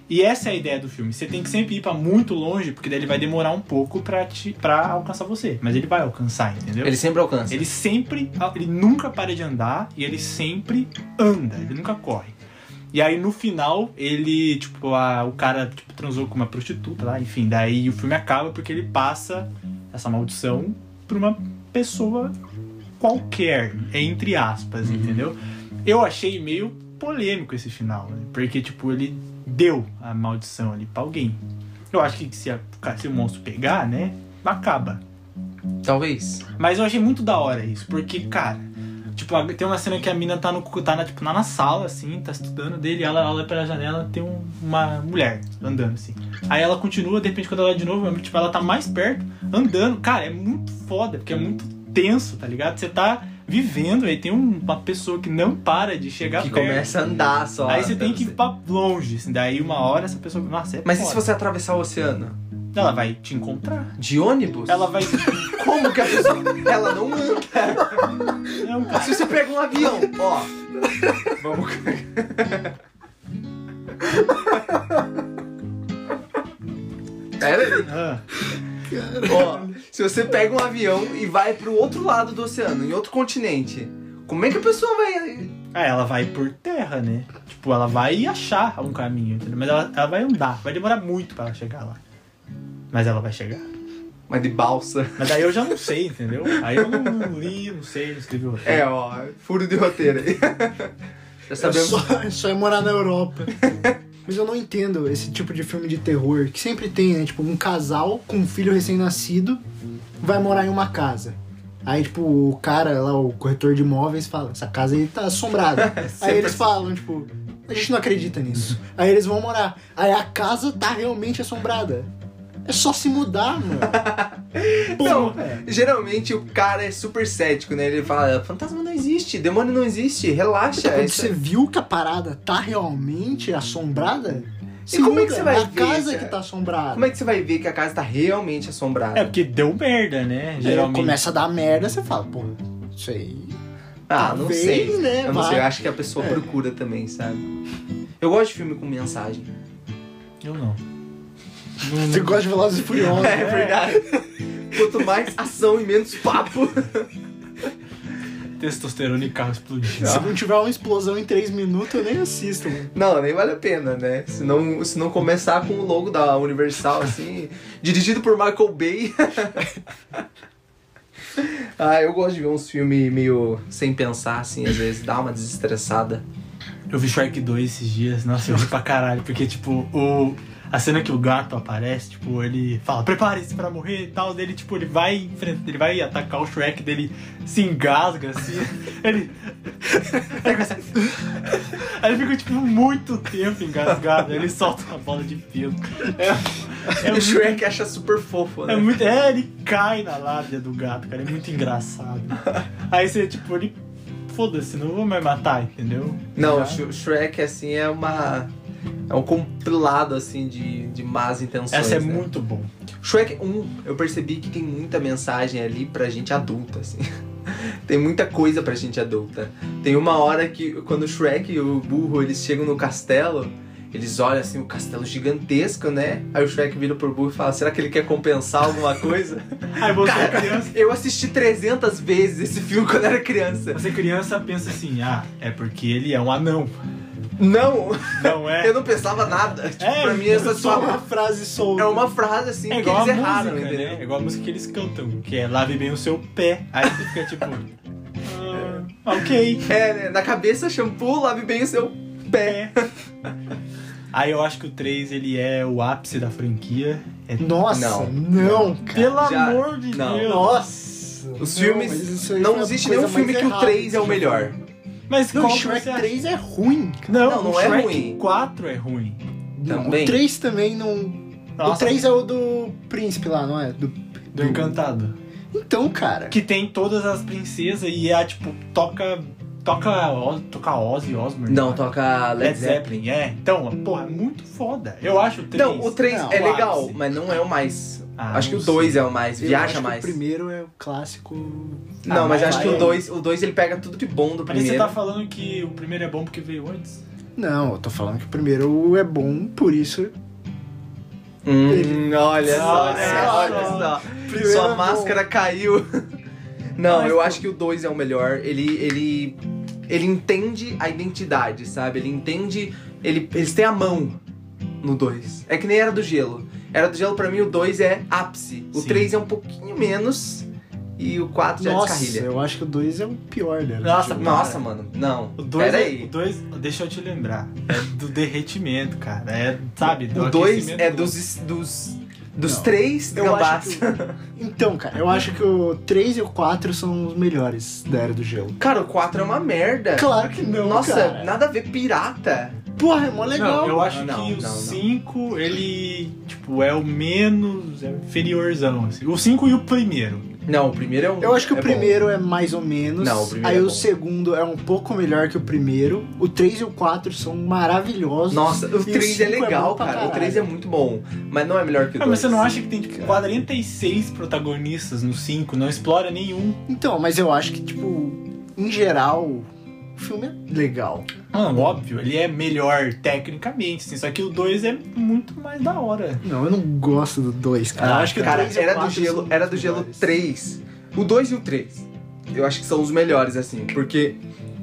E essa é a ideia do filme. Você tem que sempre ir pra muito longe, porque daí ele vai demorar um pouco pra, te, pra alcançar você. Mas ele vai alcançar, entendeu? Ele sempre alcança. Ele sempre... Ele nunca para de andar e ele sempre anda. Ele nunca corre. E aí, no final, ele... Tipo, a, o cara tipo, transou com uma prostituta lá. Enfim, daí o filme acaba porque ele passa essa maldição pra uma pessoa qualquer, entre aspas, uhum. entendeu? Eu achei meio polêmico esse final, né? Porque, tipo, ele deu a maldição ali pra alguém. Eu acho que se, a, se o monstro pegar, né, acaba. Talvez. Mas eu achei muito da hora isso, porque, cara, tipo, tem uma cena que a mina tá, no, tá na, tipo, na sala, assim, tá estudando dele, ela olha pela janela, tem um, uma mulher andando, assim. Aí ela continua, de repente, quando ela olha de novo, tipo, ela tá mais perto, andando. Cara, é muito foda, porque é muito tenso, tá ligado? Você tá vivendo, aí tem um, uma pessoa que não para de chegar que perto. Que começa a andar só. Aí você tem que ir pra longe, assim, daí uma hora essa pessoa... Nossa, é Mas foda. e se você atravessar o oceano? Ela vai te encontrar. De ônibus? Ela vai... Como que a pessoa... Ela não anda. Não, cara. Se você pega um avião, ó... Vamos... Pera aí. Ah. Ó, se você pega um avião e vai pro outro lado do oceano, em outro continente, como é que a pessoa vai... Ah, ela vai por terra, né? Tipo, ela vai achar um caminho, entendeu? Mas ela, ela vai andar. Vai demorar muito pra ela chegar lá. Mas ela vai chegar. Mas de balsa. Mas daí eu já não sei, entendeu? Aí eu não, não li, não sei, não escrevi o roteiro. É, ó, furo de roteiro aí. Já sabemos. É só, é só é morar na Europa. Mas eu não entendo esse tipo de filme de terror, que sempre tem, né? Tipo, um casal com um filho recém-nascido vai morar em uma casa. Aí, tipo, o cara lá, o corretor de imóveis, fala, essa casa aí tá assombrada. Aí eles falam, tipo, a gente não acredita nisso. Aí eles vão morar. Aí a casa tá realmente assombrada. É só se mudar, mano. Pô, Não, velho. geralmente o cara é super cético, né? Ele fala, fantasma não existe, demônio não existe, relaxa. Quando isso você é- viu que a parada tá realmente assombrada, E como é que muda. você vai É a ver, casa cara? que tá assombrada. Como é que você vai ver que a casa tá realmente assombrada? É porque deu merda, né? Aí Geralmente. começa a dar merda, você fala, pô, isso aí... Ah, não Talvez, sei. né, Eu não vai. sei, eu acho que a pessoa É. procura também, sabe? Eu gosto de filme com mensagem. Eu não. Você gosta de Velozes e Furiosos. É verdade. Quanto mais ação e menos papo. Testosterona e carro explodindo. Se não tiver uma explosão em três minutos, eu nem assisto, mano. Não, nem vale a pena, né? Se não, se não começar com o logo da Universal, assim, dirigido por Michael Bay. Ah, eu gosto de ver uns filmes meio sem pensar, assim, às vezes, dá uma desestressada. Eu vi Shrek dois esses dias, nossa, eu ri pra caralho, porque, tipo, o... a cena que o gato aparece, tipo, ele fala, prepare-se pra morrer e tal, dele, tipo, ele vai enfrentar, ele vai atacar o Shrek, dele se engasga, assim, ele... Aí, começa... Aí ele fica, tipo, muito tempo engasgado, aí ele solta uma bola de pelo. É, é o Shrek acha super fofo, né? É muito... É, ele cai na lábia do gato, cara, é muito engraçado. Aí você, tipo, ele... Foda-se, não vou mais matar, entendeu? Não, Já. o Shrek, assim, é uma... É um compilado, assim, de, de más intenções, Essa é né? muito bom. Shrek um, eu percebi que tem muita mensagem ali pra gente adulta, assim. Tem muita coisa pra gente adulta. Tem uma hora que, quando o Shrek e o burro, eles chegam no castelo, eles olham, assim, o castelo gigantesco, né? Aí o Shrek vira pro burro e fala, será que ele quer compensar alguma coisa? Aí você Cara, é criança... eu assisti trezentas vezes esse filme quando era criança. Você criança pensa assim, ah, é porque ele é um anão. Não, Não é? eu não pensava nada. Tipo, É, pra mim, essa Só só uma frase solta. é uma frase, assim, É que igual eles a erraram, música, entendeu? né? É igual a música que eles cantam, que é lave bem o seu pé. Aí você fica tipo, ah, ok, É, né? Na cabeça, shampoo, lave bem o seu pé. pé. Aí eu acho que o três, ele é o ápice da franquia. É... Nossa, Não. não, cara. Pelo já- amor de não. Deus. Nossa. Os Não, filmes... mas isso aí Não foi a existe coisa nenhum filme mais que o errada três é o que já melhor. Mas Não, qual o que Shrek você acha? três é ruim, cara. Não, Não, não o é Shrek ruim. quatro é ruim. Não, Também. o três também não... Nossa. O três é o do príncipe lá, não é? Do, Do Encantado. Então, cara... Que tem todas as princesas e é tipo, toca. Toca. Oz- Toca Ozzy Osbourne. Não, né? toca Led Led Zeppelin. Zeppelin, é. Então, porra, é muito foda. Eu acho o três. Não, o três Não, é o legal, ápice. mas não é o mais... Ah, acho que não o dois sei. é o mais, eu viaja acho mais. Que o primeiro é o clássico... Não, Ah, mas mas acho que vai- o dois, o dois ele pega tudo de bom do Mas você primeiro. tá falando que o primeiro é bom porque veio antes? Não, eu tô falando que o primeiro é bom, por isso... Hum, Ele- olha só, Olha é, só. olha só. Primeiro Sua é bom. máscara caiu. Não, Mas, eu pô. acho que o dois é o melhor. Ele, ele, ele entende a identidade, sabe? Ele entende... Ele, eles têm a mão no dois. É que nem Era do Gelo. Era do Gelo, pra mim, o dois é ápice. O Sim. três é um pouquinho menos. E o quatro já Nossa, descarrilha. eu acho que o dois é o pior, né? Nossa, Tipo, Nossa, mano. Não. O dois, Pera é, aí. o dois, deixa eu te lembrar, é do derretimento, cara. É, sabe, do O dois aquecimento é do- dos, dos, dos Não, três eu gambás. acho que Então, cara, eu acho que o três e o quatro são os melhores da Era do Gelo. Cara, o quatro é uma merda. Claro que não, Nossa, cara. nada a ver, pirata. Porra, é mó legal. Não, eu acho Não, que o não, não. cinco, ele, tipo, é o menos, é o inferiorzão, assim. O cinco e o primeiro. Não, o primeiro é um. Eu acho que o é bom. primeiro é mais ou menos. Não, o primeiro Aí é o bom. segundo é um pouco melhor que o primeiro. O três e o quatro são maravilhosos. Nossa, o E três é cinco legal, bom pra cara. O caralho. três é muito bom. Mas não é melhor que o Ah, dois. mas você não acha que tem, tipo, quarenta e seis protagonistas no cinco, não explora nenhum? Então, mas eu acho que, tipo, em geral, o filme é legal. Não, óbvio, ele é melhor tecnicamente, assim, só que o dois é muito mais da hora. Não, eu não gosto do dois, cara. eu acho que o cara, três e o era do quatro gelo, são era muito do gelo melhores. três. O dois e o três. Eu acho que são os melhores, assim, porque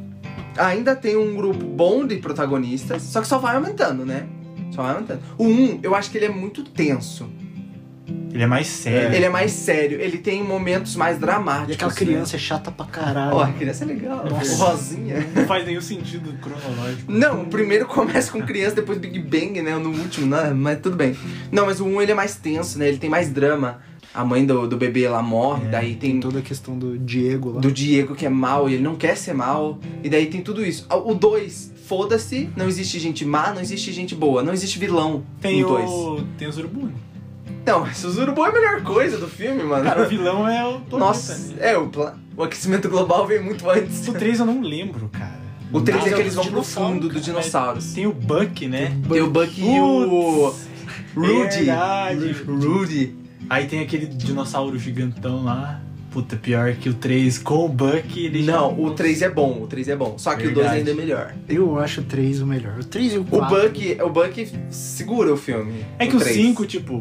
ainda tem um grupo bom de protagonistas, só que só vai aumentando, né? Só vai aumentando. O um, eu acho que ele é muito tenso. Ele é mais sério. Ele é mais sério, ele tem momentos mais dramáticos. E aquela né? criança é chata pra caralho. Ó, a criança é legal. Nossa. O Rosinha. Não faz nenhum sentido cronológico. Não, o primeiro começa com criança, depois Big Bang, né? No último, né? Mas tudo bem. Não, mas o um ele é mais tenso, né? Ele tem mais drama. A mãe do, do bebê lá morre, É, daí Tem tem toda a questão do Diego lá. do Diego que é mal e ele não quer ser mal. E daí tem tudo isso. O dois, foda-se, não existe gente má, não existe gente boa, não existe vilão Tem no dois. o. Tem os urubus. Não, mas o Zurubu é a melhor coisa do filme, mano. Cara, o vilão é o planeta, Nossa, né? é, o, pla- o aquecimento global veio muito antes. O três eu não lembro, cara. O três Mas é é que eles os vão pro dinossauros, fundo dos Mas dinossauros. Tem o Buck, né? Tem o Buck e o Putz, Rudy. verdade. Rudy. Aí tem aquele dinossauro gigantão lá. Puta, pior que o três com o Buck. Ele já- Não, o três é bom, o três é bom. Só que o dois Verdade. ainda é melhor. Eu acho o três o melhor. O três e o O quatro. Buck, o Buck segura o filme. É que o três. cinco, tipo,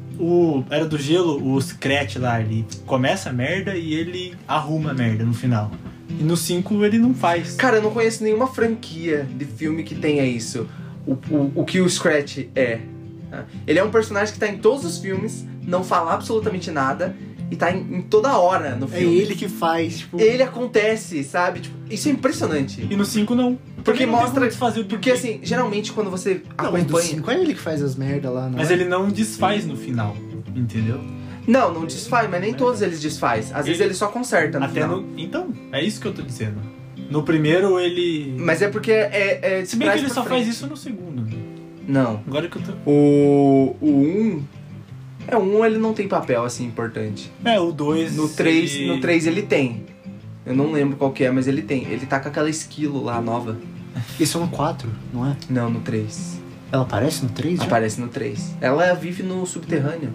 o Era do Gelo, o Scratch lá, ele começa a merda e ele arruma a merda no final. E no cinco ele não faz. Cara, eu não conheço nenhuma franquia de filme que tenha isso. O, o, o que o Scratch é. tá? Ele é um personagem que tá em todos os filmes, não fala absolutamente nada e tá em, em toda hora no É filme. ele que faz, tipo... Ele acontece, sabe? Tipo, isso é impressionante. E no cinco não. Porque Também não tem mostra- como desfazer o Big Porque Bang. assim, geralmente quando você Não, mas do acompanha. cinco é ele que faz as merda lá, não Mas é? ele não desfaz no final, entendeu? Não, não desfaz, mas nem todos eles desfaz. Às vezes Ele- ele só conserta no Até final. no. Então, é isso que eu tô dizendo. No primeiro ele. Mas é porque é. é Se bem que traz ele pra só faz frente. isso no segundo. Não. Agora que eu tô. O. O um. É, o um ele não tem papel assim importante. É, o dois. No três ele... no três ele tem. Eu não lembro qual que é, mas ele tem. Ele tá com aquela esquilo lá nova. Esse é no quatro, não é? Não, no três. Ela aparece no três? já? Aparece no três. Ela vive no subterrâneo.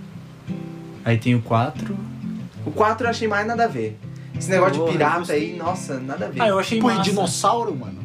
Aí tem o quatro. O quatro eu achei mais nada a ver. Esse negócio Porra, de eu pirata gostei. aí, nossa, nada a ver. Ah, eu achei Pô, e massa. dinossauro, mano?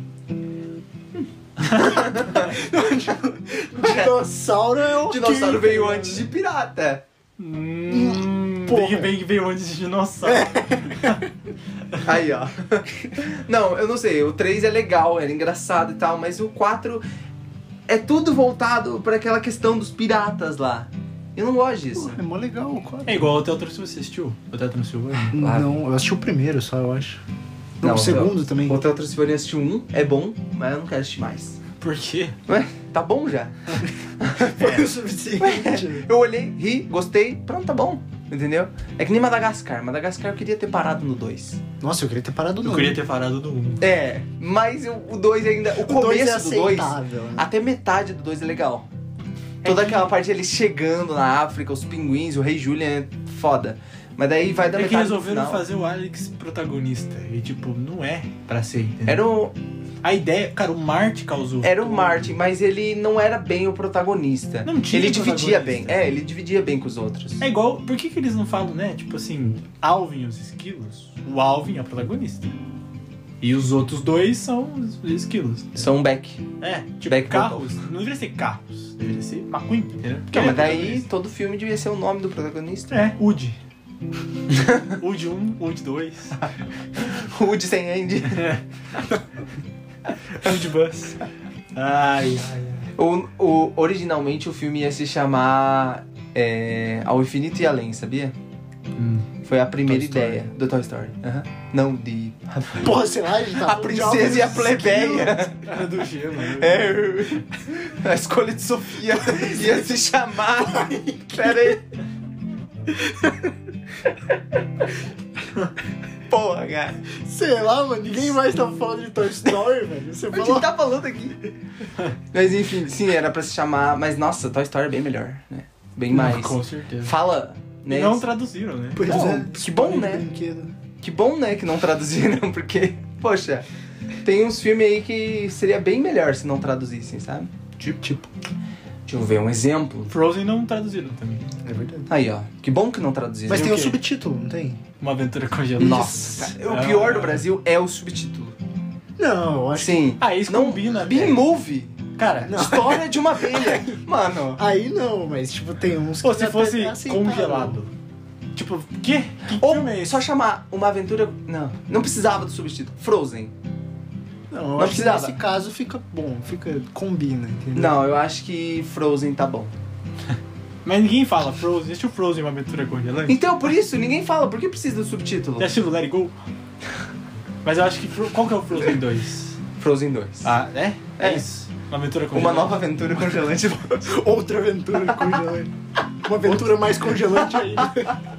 Dinossauro é o O dinossauro veio antes de pirata. Hum, Porra. Big Bang veio antes de dinossauro. Aí, ó. Não, eu não sei. O três é legal, era engraçado e tal, mas o quatro é tudo voltado pra aquela questão dos piratas lá. Eu não gosto disso. Pô, é mó legal o quatro. É igual o Hotel Transilvânia. Você assistiu? Hotel Transilvânia? Claro. Não, eu assisti o primeiro só, eu acho. Não, Não, o segundo eu- também. O Hotel Transilvânia assisti um, é bom, mas eu não quero assistir mais. Por quê? Ué, tá bom já. Foi o suficiente. Eu olhei, ri, gostei, pronto, tá bom. Entendeu? É que nem Madagascar. Madagascar eu queria ter parado no dois. Nossa, eu queria ter parado no Eu queria ter parado do um. É, mas o dois ainda. O, O dois é começo do dois, aceitável, né? até metade do dois é legal. É Toda que- aquela parte eles chegando na África, os pinguins, o Rei Julian é foda. Mas daí vai da É que metade do resolveram final. fazer o Alex protagonista. E tipo, não é pra ser, entendeu? Era o, A ideia, cara, o Marte causou. era o tudo. Martin, mas ele não era bem o protagonista. Não tinha Ele dividia bem. protagonista. É, ele dividia bem com os outros. É igual, por que que eles não falam, né? Tipo assim, Alvin e os esquilos, o Alvin é o protagonista. E os outros dois são os esquilos. São Beck. É, tipo, Back carros. Não deveria ser carros, deveria ser McQueen, entendeu? Porque Não, mas ele é daí protagonista. todo filme devia ser o nome do protagonista. É, Woody. Woody um, Woody dois. Woody sem Andy. Woody Bus. Ai, ai, ai. o, o, originalmente o filme ia se chamar é, Ao Infinito e Além, sabia? Hum. Foi a primeira Toy Story. ideia do Toy Story. Aham. Não, de... Porra, sei lá, ele tá A princesa e a plebeia. Era do gelo, né? É, a escolha de Sofia ia se chamar... Pera aí. Porra, cara. Sei lá, mano, ninguém mais tá falando de Toy Story, velho. Você A gente falou... tá falando aqui. Mas enfim, sim, era pra se chamar... Mas nossa, Toy Story é bem melhor, né? Bem mais... Com certeza. Fala, né? E não traduziram, né? Pois Não, é, que bom, spoiler né? de brinquedo. Que bom, né, que não traduziram, porque, poxa, tem uns filmes aí que seria bem melhor se não traduzissem, sabe? Tipo, tipo. Deixa eu ver um exemplo. Frozen não traduziram também. É verdade. Aí, ó. Que bom que não traduziram. Mas E tem o o quê? subtítulo, não tem? Uma aventura congelada. Nossa, o pior do Brasil é o subtítulo. Não, eu acho Sim. Ah, isso não, combina, Bee velho. Movie. Cara, Não. História de uma abelha. Mano. que... Aí não, mas tipo, tem uns pô, que se até fosse é aceitável. congelado. Tipo, quê? Que Ou filme é esse? só chamar uma aventura... Não, não precisava do subtítulo. Frozen. Não, eu Não acho precisava. que nesse caso fica bom, fica... combina, entendeu? Não, eu acho que Frozen tá bom. Mas ninguém fala Frozen. Deixa o Frozen uma aventura congelante. Então, por isso, ninguém fala. Por que precisa do subtítulo? Já assistiu Let It Go? Mas eu acho que... Fro- Qual que é o Frozen dois? Frozen dois. Ah, é? É É. isso. Uma aventura Uma congelante. nova aventura congelante. Outra aventura congelante. Uma aventura mais congelante ainda.